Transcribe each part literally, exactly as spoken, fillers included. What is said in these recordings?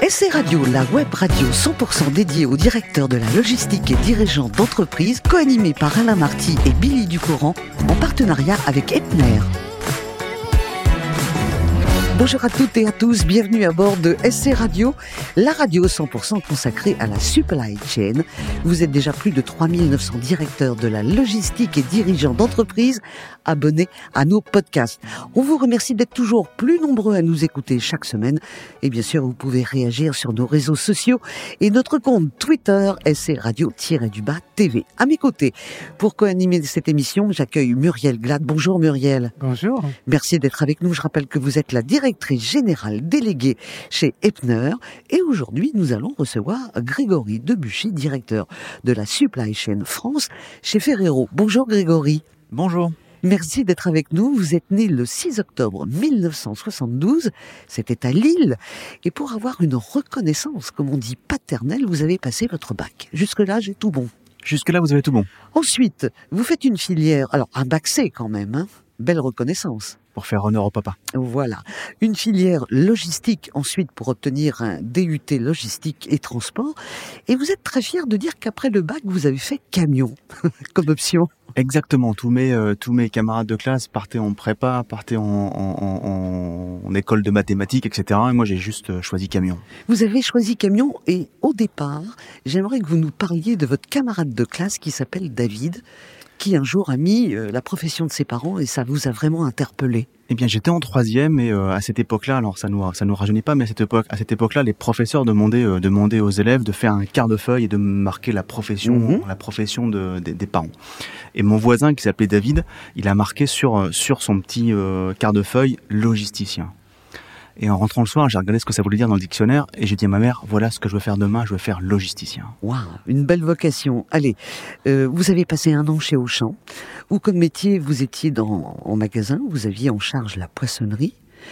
S C Radio, la web radio cent pour cent dédiée aux directeurs de la logistique et dirigeants d'entreprise, co-animée par Alain Marty et Billy Ducourant, en partenariat avec Epner. Bonjour à toutes et à tous, bienvenue à bord de S C Radio, la radio cent pour cent consacrée à la supply chain. Vous êtes déjà plus de trois mille neuf cents directeurs de la logistique et dirigeants d'entreprise abonnés à nos podcasts. On vous remercie d'être toujours plus nombreux à nous écouter chaque semaine. Et bien sûr, vous pouvez réagir sur nos réseaux sociaux et notre compte Twitter S C Radio-du-bas T V. À mes côtés, pour co-animer cette émission, j'accueille Muriel Glad. Bonjour Muriel. Bonjour. Merci d'être avec nous. Je rappelle que vous êtes la directrice générale déléguée chez Epner. Et aujourd'hui, nous allons recevoir Grégory Debuchy, directeur de la Supply Chain France chez Ferrero. Bonjour Grégory. Bonjour. Merci d'être avec nous. Vous êtes né le six octobre mille neuf cent soixante-douze. C'était à Lille. Et pour avoir une reconnaissance, comme on dit, paternelle, vous avez passé votre bac. Jusque-là, j'ai tout bon. Jusque-là, vous avez tout bon. Ensuite, vous faites une filière. Alors, un bac C quand même, hein. Belle reconnaissance. Pour faire honneur au papa. Voilà. Une filière logistique, ensuite pour obtenir un D U T logistique et transport. Et vous êtes très fier de dire qu'après le bac, vous avez fait camion comme option. Exactement. Tous mes, euh, tous mes camarades de classe partaient en prépa, partaient en, en, en, en école de mathématiques, et cetera. Et moi, j'ai juste choisi camion. Vous avez choisi camion et au départ, j'aimerais que vous nous parliez de votre camarade de classe qui s'appelle David, qui un jour a mis euh, la profession de ses parents et ça vous a vraiment interpellé. Eh bien, j'étais en troisième et euh, à cette époque-là, alors ça nous ça nous rajeunit pas, mais à cette époque, à cette époque-là, les professeurs demandaient euh, demandaient aux élèves de faire un quart de feuille et de marquer la profession, mmh. la profession de, de, des parents. Et mon voisin qui s'appelait David, il a marqué sur sur son petit euh, quart de feuille logisticien. Et en rentrant le soir, j'ai regardé ce que ça voulait dire dans le dictionnaire et j'ai dit à ma mère, voilà ce que je veux faire demain, je veux faire logisticien. Waouh, une belle vocation. Allez, euh, vous avez passé un an chez Auchan, où comme métier, vous étiez dans, en magasin, vous aviez en charge la poissonnerie.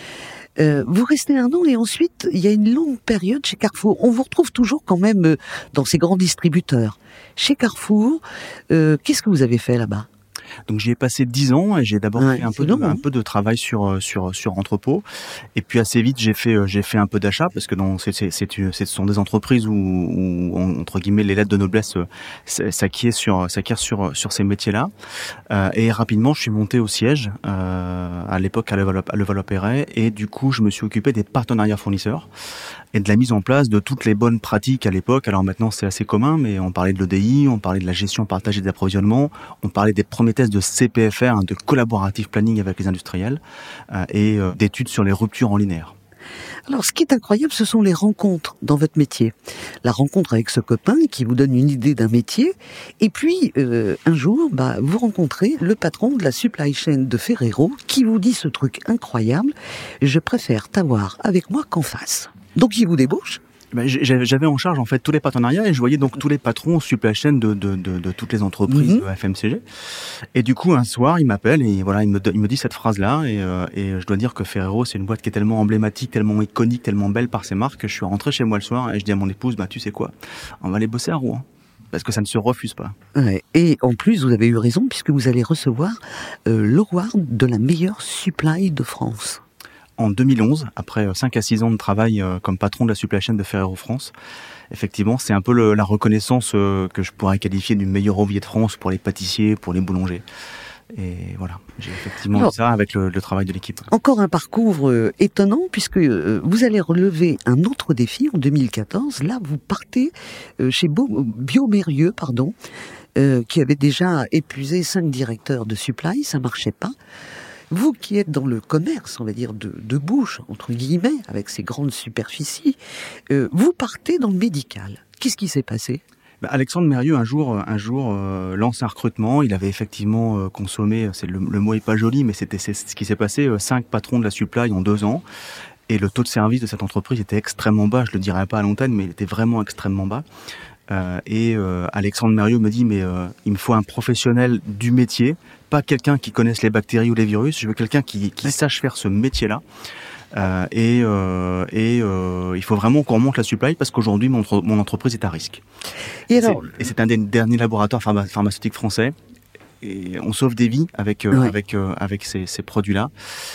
Euh, vous restez un an et ensuite, il y a une longue période chez Carrefour. On vous retrouve toujours quand même euh, dans ces grands distributeurs. Chez Carrefour, euh, qu'est-ce que vous avez fait là-bas ? Donc j'y ai passé dix ans et j'ai d'abord ouais, fait un peu, de, un peu de travail sur sur sur entrepôt et puis assez vite j'ai fait j'ai fait un peu d'achat parce que dans c'est c'est c'est ce sont des entreprises où, où entre guillemets les lettres de noblesse s'acquièrent sur s'acquièrent sur sur ces métiers-là euh, et rapidement je suis monté au siège euh, à l'époque à Levallois-Perret et du coup je me suis occupé des partenariats fournisseurs et de la mise en place de toutes les bonnes pratiques à l'époque. Alors maintenant c'est assez commun, mais on parlait de l'O D I, on parlait de la gestion partagée des approvisionnements, on parlait des premiers tests de C P F R, hein, de collaborative planning avec les industriels, euh, et euh, d'études sur les ruptures en linéaire. Alors, ce qui est incroyable, ce sont les rencontres dans votre métier. La rencontre avec ce copain qui vous donne une idée d'un métier. Et puis, euh, un jour, bah, vous rencontrez le patron de la supply chain de Ferrero qui vous dit ce truc incroyable. Je préfère t'avoir avec moi qu'en face. Donc, il vous débauche. Ben, j'avais en charge en fait tous les partenariats et je voyais donc tous les patrons supply chain de, de, de, de toutes les entreprises mm-hmm. F M C G. Et du coup un soir il m'appelle et voilà il me, il me dit cette phrase là et, euh, et je dois dire que Ferrero c'est une boîte qui est tellement emblématique, tellement iconique, tellement belle par ses marques que je suis rentré chez moi le soir et je dis à mon épouse bah tu sais quoi, on va aller bosser à Rouen. Parce que ça ne se refuse pas. Ouais. Et en plus, vous avez eu raison puisque vous allez recevoir euh, l'award de la meilleure supply de France. En deux mille onze, après cinq à six ans de travail euh, comme patron de la supply chain de Ferrero France, effectivement, c'est un peu le, la reconnaissance euh, que je pourrais qualifier du meilleur ouvrier de France pour les pâtissiers, pour les boulangers. Et voilà, j'ai effectivement Alors, eu ça avec le, le travail de l'équipe. Encore un parcours euh, étonnant puisque euh, vous allez relever un autre défi en deux mille quatorze. Là, vous partez euh, chez Biomérieux, pardon, euh, qui avait déjà épuisé cinq directeurs de supply, ça marchait pas. Vous qui êtes dans le commerce, on va dire, de, de bouche, entre guillemets, avec ces grandes superficies, euh, vous partez dans le médical. Qu'est-ce qui s'est passé ? Bah, Alexandre Mérieux, un jour, un jour euh, lance un recrutement. Il avait effectivement euh, consommé, c'est le, le mot est pas joli, mais c'était c'est ce qui s'est passé, euh, cinq patrons de la supply en deux ans. Et le taux de service de cette entreprise était extrêmement bas. Je le dirai pas à l'antenne, mais il était vraiment extrêmement bas. Euh, et euh, Alexandre Mérieux me dit mais euh, il me faut un professionnel du métier, pas quelqu'un qui connaisse les bactéries ou les virus, je veux quelqu'un qui, qui sache faire ce métier-là. Euh, et euh, et euh, il faut vraiment qu'on remonte la supply parce qu'aujourd'hui mon, mon entreprise est à risque. Et, alors, c'est, et c'est un des derniers laboratoires pharma, pharmaceutiques français et on sauve des vies avec euh, ouais. avec euh, avec ces, ces produits-là.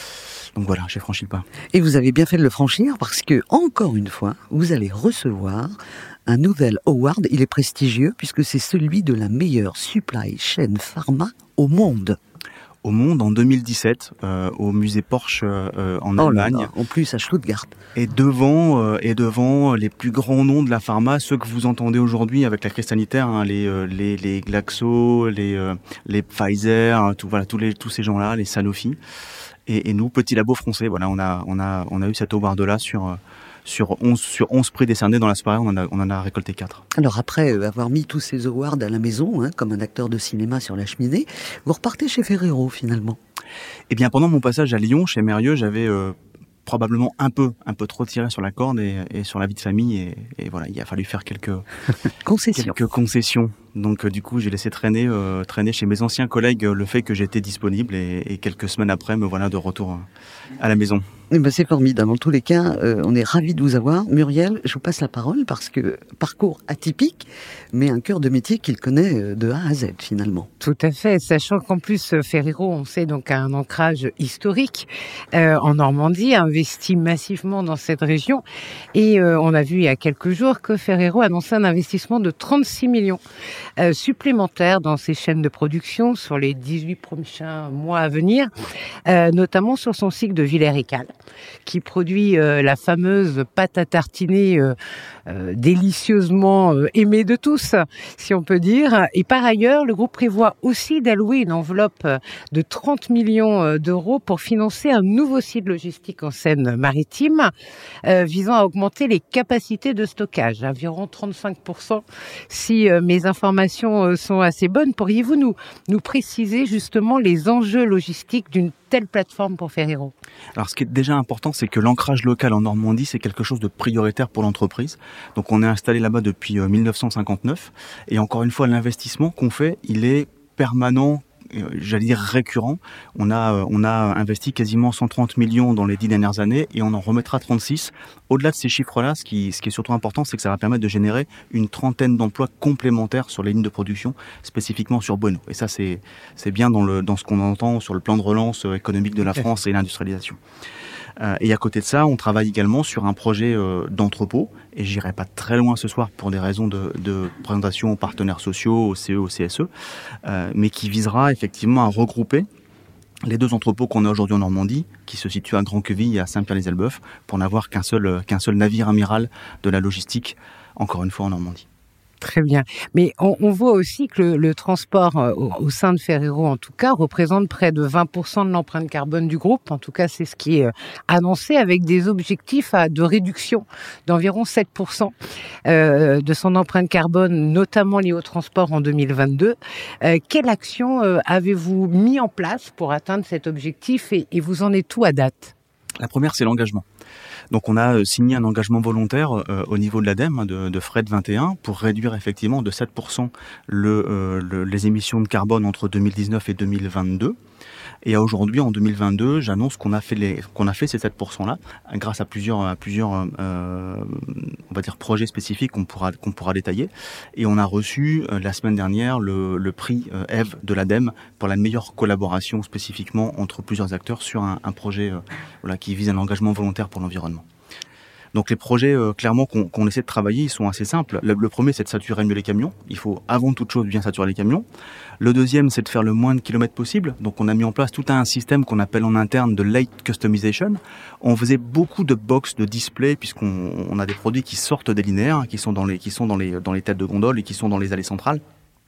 Donc voilà, j'ai franchi le pas. Et vous avez bien fait de le franchir parce que, encore une fois, vous allez recevoir un nouvel award. Il est prestigieux puisque c'est celui de la meilleure supply chain pharma au monde. Au monde en deux mille dix-sept, euh, au musée Porsche euh, en oh Allemagne. Là là, en plus à Stuttgart. Et devant, euh, et devant les plus grands noms de la pharma, ceux que vous entendez aujourd'hui avec la crise sanitaire, hein, les, euh, les, les Glaxo, les, euh, les Pfizer, hein, tout, voilà, tous, les, tous ces gens-là, les Sanofi. Et, et nous, petits labos français, voilà, on a, on a, on a eu cet award-là sur... Euh, Sur onze, sur onze prix décernés dans la soirée, on en a, on en a récolté quatre. Alors après euh, avoir mis tous ces awards à la maison, hein, comme un acteur de cinéma sur la cheminée, vous repartez chez Ferrero finalement. Eh bien, pendant mon passage à Lyon, chez Mérieux, j'avais euh, probablement un peu, un peu trop tiré sur la corde et, et sur la vie de famille. Et, et voilà, il a fallu faire quelques concessions. Quelques concessions. Donc euh, du coup, j'ai laissé traîner, euh, traîner chez mes anciens collègues euh, le fait que j'étais disponible et, et quelques semaines après, me voilà de retour euh, à la maison. Eh ben c'est formidable. En tous les cas, euh, on est ravis de vous avoir. Muriel, je vous passe la parole parce que parcours atypique, mais un cœur de métier qu'il connaît de A à Z finalement. Tout à fait, sachant qu'en plus Ferrero, on sait donc a un ancrage historique euh, en Normandie, investi massivement dans cette région. Et euh, on a vu il y a quelques jours que Ferrero annonçait un investissement de trente-six millions euh, supplémentaires dans ses chaînes de production sur les dix-huit prochains mois à venir, euh, notamment sur son cycle de Villers-Écal, qui produit euh, la fameuse pâte à tartiner euh, euh, délicieusement euh, aimée de tous, si on peut dire. Et par ailleurs, le groupe prévoit aussi d'allouer une enveloppe de trente millions d'euros pour financer un nouveau site logistique en Seine-Maritime, euh, visant à augmenter les capacités de stockage, environ trente-cinq pour cent. Si euh, mes informations euh, sont assez bonnes, pourriez-vous nous, nous préciser justement les enjeux logistiques d'une telle plateforme pour Ferrero? Alors, ce qui est déjà important, c'est que l'ancrage local en Normandie, c'est quelque chose de prioritaire pour l'entreprise. Donc, on est installé là-bas depuis euh, mille neuf cent cinquante-neuf. Et encore une fois, l'investissement qu'on fait, il est permanent, euh, j'allais dire récurrent. On a, euh, on a investi quasiment cent trente millions dans les dix dernières années et on en remettra trente-six. Au-delà de ces chiffres-là, ce qui, ce qui est surtout important, c'est que ça va permettre de générer une trentaine d'emplois complémentaires sur les lignes de production, spécifiquement sur Bueno. Et ça, c'est, c'est bien dans, le, dans ce qu'on entend sur le plan de relance économique de la France et l'industrialisation. Euh, et à côté de ça, on travaille également sur un projet euh, d'entrepôt. Et j'irai pas très loin ce soir pour des raisons de, de présentation aux partenaires sociaux, au C E, au C S E, euh, mais qui visera effectivement à regrouper les deux entrepôts qu'on a aujourd'hui en Normandie, qui se situent à Grand-Queville et à Saint-Pierre-les-Elbeuf, pour n'avoir qu'un seul, qu'un seul navire amiral de la logistique, encore une fois en Normandie. Très bien. Mais on, on voit aussi que le, le transport euh, au, au sein de Ferrero, en tout cas, représente près de vingt pour cent de l'empreinte carbone du groupe. En tout cas, c'est ce qui est euh, annoncé avec des objectifs à, de réduction d'environ sept pour cent euh, de son empreinte carbone, notamment liée au transport en deux mille vingt-deux. Euh, quelle action euh, avez-vous mis en place pour atteindre cet objectif et, et vous en êtes où à date? La première, c'est l'engagement. Donc on a signé un engagement volontaire euh, au niveau de l'ADEME, de, de Fred vingt et un, pour réduire effectivement de sept pour cent le, euh, le, les émissions de carbone entre deux mille dix-neuf et deux mille vingt-deux. Et aujourd'hui, en deux mille vingt-deux, j'annonce qu'on a fait les, qu'on a fait ces sept pour cent-là grâce à plusieurs, à plusieurs, euh, on va dire projets spécifiques qu'on pourra, qu'on pourra détailler. Et on a reçu euh, la semaine dernière le, le prix euh, Eve de l'ADEME pour la meilleure collaboration spécifiquement entre plusieurs acteurs sur un, un projet euh, voilà, qui vise un engagement volontaire pour l'environnement. Donc les projets euh, clairement qu'on, qu'on essaie de travailler, ils sont assez simples. Le, le premier, c'est de saturer mieux les camions. Il faut avant toute chose bien saturer les camions. Le deuxième, c'est de faire le moins de kilomètres possible. Donc on a mis en place tout un système qu'on appelle en interne de late customization. On faisait beaucoup de box, de display, puisqu'on on a des produits qui sortent des linéaires, qui sont dans les, qui sont dans les, dans les têtes de gondole et qui sont dans les allées centrales.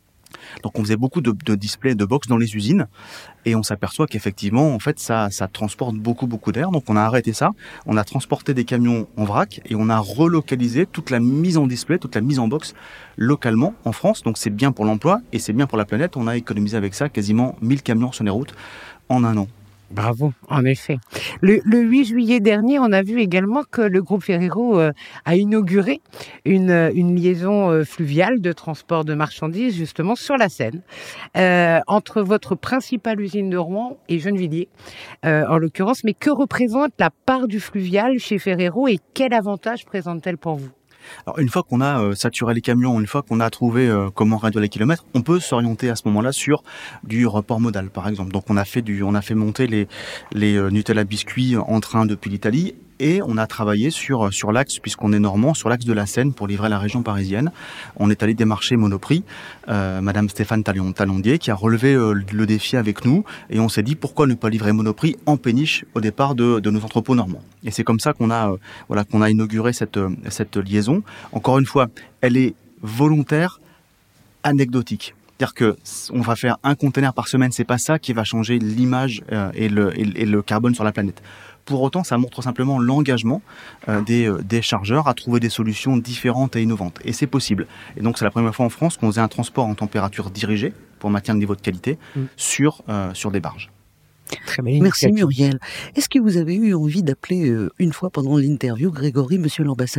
Donc on faisait beaucoup de, de displays, de box dans les usines et on s'aperçoit qu'effectivement en fait ça, ça transporte beaucoup beaucoup d'air. Donc on a arrêté ça, on a transporté des camions en vrac et on a relocalisé toute la mise en display, toute la mise en box localement en France. Donc c'est bien pour l'emploi et c'est bien pour la planète. On a économisé avec ça quasiment mille camions sur les routes en un an. Bravo, en effet. Le, le huit juillet dernier, on a vu également que le groupe Ferrero euh, a inauguré une, une liaison euh, fluviale de transport de marchandises justement sur la Seine, euh, entre votre principale usine de Rouen et Gennevilliers, euh, en l'occurrence. Mais que représente la part du fluvial chez Ferrero et quel avantage présente-t-elle pour vous ? Alors une fois qu'on a euh, saturé les camions, une fois qu'on a trouvé euh, comment réduire les kilomètres, on peut s'orienter à ce moment-là sur du report modal, par exemple. Donc on a fait du, on a fait monter les les euh, Nutella biscuits en train depuis l'Italie. Et on a travaillé sur sur l'axe, puisqu'on est normand, sur l'axe de la Seine pour livrer la région parisienne. On est allé démarcher Monoprix, euh, Madame Stéphane Talondier, qui a relevé euh, le défi avec nous. Et on s'est dit, pourquoi ne pas livrer Monoprix en péniche au départ de, de nos entrepôts normands. Et c'est comme ça qu'on a, euh, voilà, qu'on a inauguré cette, cette liaison. Encore une fois, elle est volontaire, anecdotique. C'est-à-dire que on va faire un conteneur par semaine, c'est pas ça qui va changer l'image euh, et, le, et, et le carbone sur la planète. Pour autant, ça montre simplement l'engagement euh, des, euh, des chargeurs à trouver des solutions différentes et innovantes. Et c'est possible. Et donc, c'est la première fois en France qu'on faisait un transport en température dirigée pour maintenir le niveau de qualité mmh. sur, euh, sur des barges. Très bien. Merci Muriel. Est-ce que vous avez eu envie d'appeler euh, une fois pendant l'interview Grégory, monsieur l'ambassadeur ?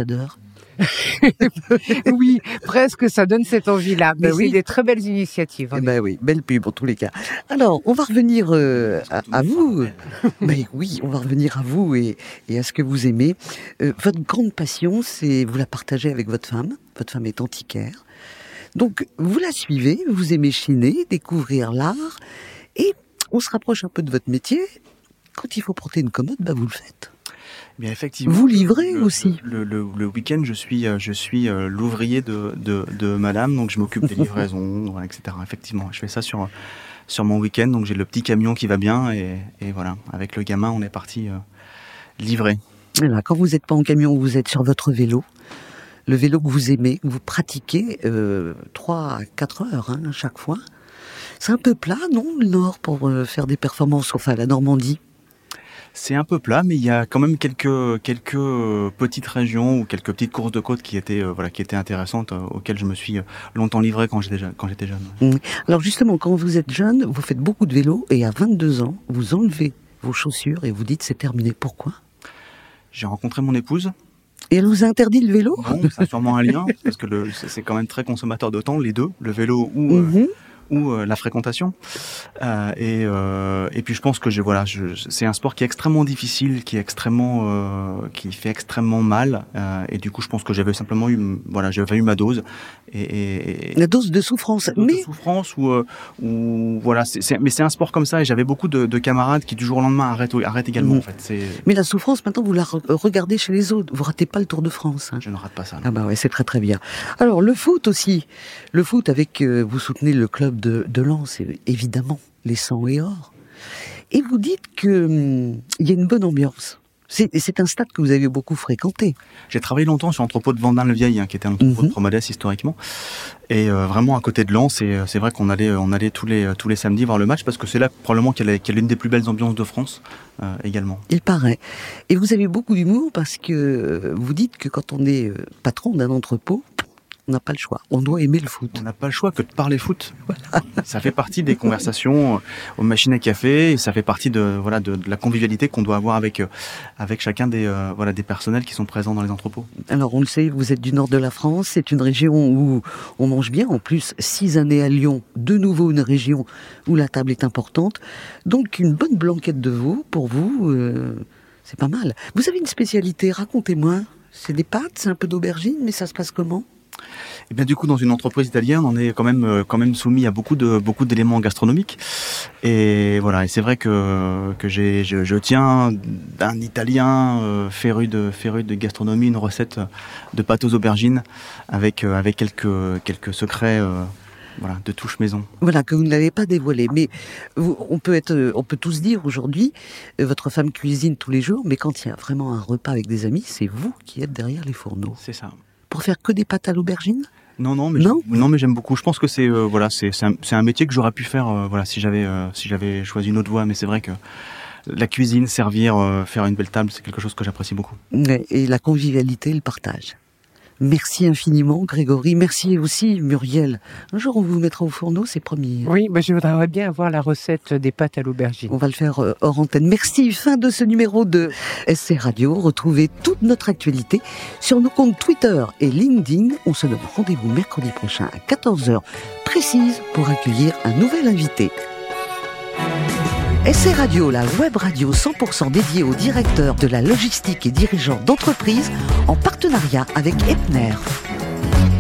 Oui, presque, ça donne cette envie-là. Mais ben c'est oui. Des très belles initiatives. Eh ben oui, belle pub en tous les cas. Alors, on va revenir euh, à, à vous. Mais oui, on va revenir à vous et, et à ce que vous aimez. Euh, votre grande passion, c'est vous la partagez avec votre femme. Votre femme est antiquaire. Donc, vous la suivez, vous aimez chiner, découvrir l'art. Et on se rapproche un peu de votre métier. Quand il faut porter une commode, bah vous le faites. Bien, effectivement. Vous livrez le, aussi. Le, le, le week-end, je suis, je suis l'ouvrier de, de, de madame, donc je m'occupe des livraisons, voilà, et cetera. Effectivement, je fais ça sur, sur mon week-end, donc j'ai le petit camion qui va bien, et, et voilà, avec le gamin, on est parti euh, livrer. Voilà, quand vous n'êtes pas en camion, vous êtes sur votre vélo, le vélo que vous aimez, que vous pratiquez euh, trois à quatre heures hein, chaque fois. C'est un peu plat, non, le Nord, pour euh, faire des performances, enfin la Normandie? C'est un peu plat, mais il y a quand même quelques quelques petites régions ou quelques petites courses de côte qui étaient euh, voilà qui étaient intéressantes, euh, auxquelles je me suis longtemps livré quand j'étais quand j'étais jeune. Mmh. Alors justement, quand vous êtes jeune, vous faites beaucoup de vélo et à vingt-deux ans, vous enlevez vos chaussures et vous dites c'est terminé. Pourquoi? J'ai rencontré mon épouse. Et elle vous a interdit le vélo? Non, ça a sûrement un lien parce que le, c'est quand même très consommateur de temps, les deux, le vélo ou euh, mmh. ou euh, la fréquentation euh, et euh, et puis je pense que je voilà je, c'est un sport qui est extrêmement difficile, qui est extrêmement euh, qui fait extrêmement mal euh, et du coup je pense que j'avais simplement eu voilà j'avais eu ma dose et, et, et la dose de souffrance dose mais de souffrance ou euh, ou voilà c'est, c'est mais c'est un sport comme ça et j'avais beaucoup de, de camarades qui du jour au lendemain arrêtent arrêtent également mmh. en fait c'est mais la souffrance maintenant vous la re- regardez chez les autres, vous ratez pas le Tour de France hein. Je ne rate pas ça non. Ah bah ouais, c'est très très bien. Alors le foot aussi, le foot avec euh, vous soutenez le club de, de Lens, évidemment, les sang et or. Et vous dites que hum, y a une bonne ambiance. C'est, c'est un stade que vous avez beaucoup fréquenté. J'ai travaillé longtemps sur l'entrepôt de Vendin-le-Vieil, hein, qui était un entrepôt mm-hmm. de Promodès historiquement, et euh, vraiment à côté de Lens. Et c'est vrai qu'on allait, on allait tous les tous les samedis voir le match parce que c'est là probablement qu'il y a, qu'il y a l'une des plus belles ambiances de France euh, également. Il paraît. Et vous avez beaucoup d'humour parce que vous dites que quand on est patron d'un entrepôt, on n'a pas le choix. On doit aimer le foot. On n'a pas le choix que de parler foot. Voilà. Ça fait partie des conversations aux machines à café. Et ça fait partie de voilà de, de la convivialité qu'on doit avoir avec avec chacun des euh, voilà des personnels qui sont présents dans les entrepôts. Alors on le sait, vous êtes du nord de la France. C'est une région où on mange bien. En plus, six années à Lyon, de nouveau une région où la table est importante. Donc une bonne blanquette de veau pour vous, euh, c'est pas mal. Vous avez une spécialité. Racontez-moi. C'est des pâtes, c'est un peu d'aubergine, mais ça se passe comment? Et bien du coup dans une entreprise italienne on est quand même euh, quand même soumis à beaucoup de beaucoup d'éléments gastronomiques et voilà et c'est vrai que que j'ai je, je tiens d'un Italien euh, féru de féru de gastronomie une recette de pâte aux aubergines avec euh, avec quelques quelques secrets euh, voilà de touche maison. Voilà que vous ne l'avez pas dévoilé, mais vous, on peut être on peut tous dire aujourd'hui euh, votre femme cuisine tous les jours, mais quand il y a vraiment un repas avec des amis, c'est vous qui êtes derrière les fourneaux. C'est ça. Pour faire que des pâtes à l'aubergine? Non, non, mais non, non, mais j'aime beaucoup. Je pense que c'est euh, voilà, c'est c'est un, c'est un métier que j'aurais pu faire euh, voilà si j'avais euh, si j'avais choisi une autre voie. Mais c'est vrai que la cuisine, servir, euh, faire une belle table, c'est quelque chose que j'apprécie beaucoup. Et la convivialité, le partage. Merci infiniment, Grégory. Merci aussi, Muriel. Un jour, on vous mettra au fourneau, c'est promis. Oui, bah, je voudrais bien avoir la recette des pâtes à l'aubergine. On va le faire euh, hors antenne. Merci. Fin de ce numéro de S C Radio. Retrouvez toute notre actualité sur nos comptes Twitter et LinkedIn. On se donne rendez-vous mercredi prochain à quatorze heures précise pour accueillir un nouvel invité. S C Radio, la web radio cent pour cent dédiée aux directeurs de la logistique et dirigeants d'entreprise, en partenariat avec Epner.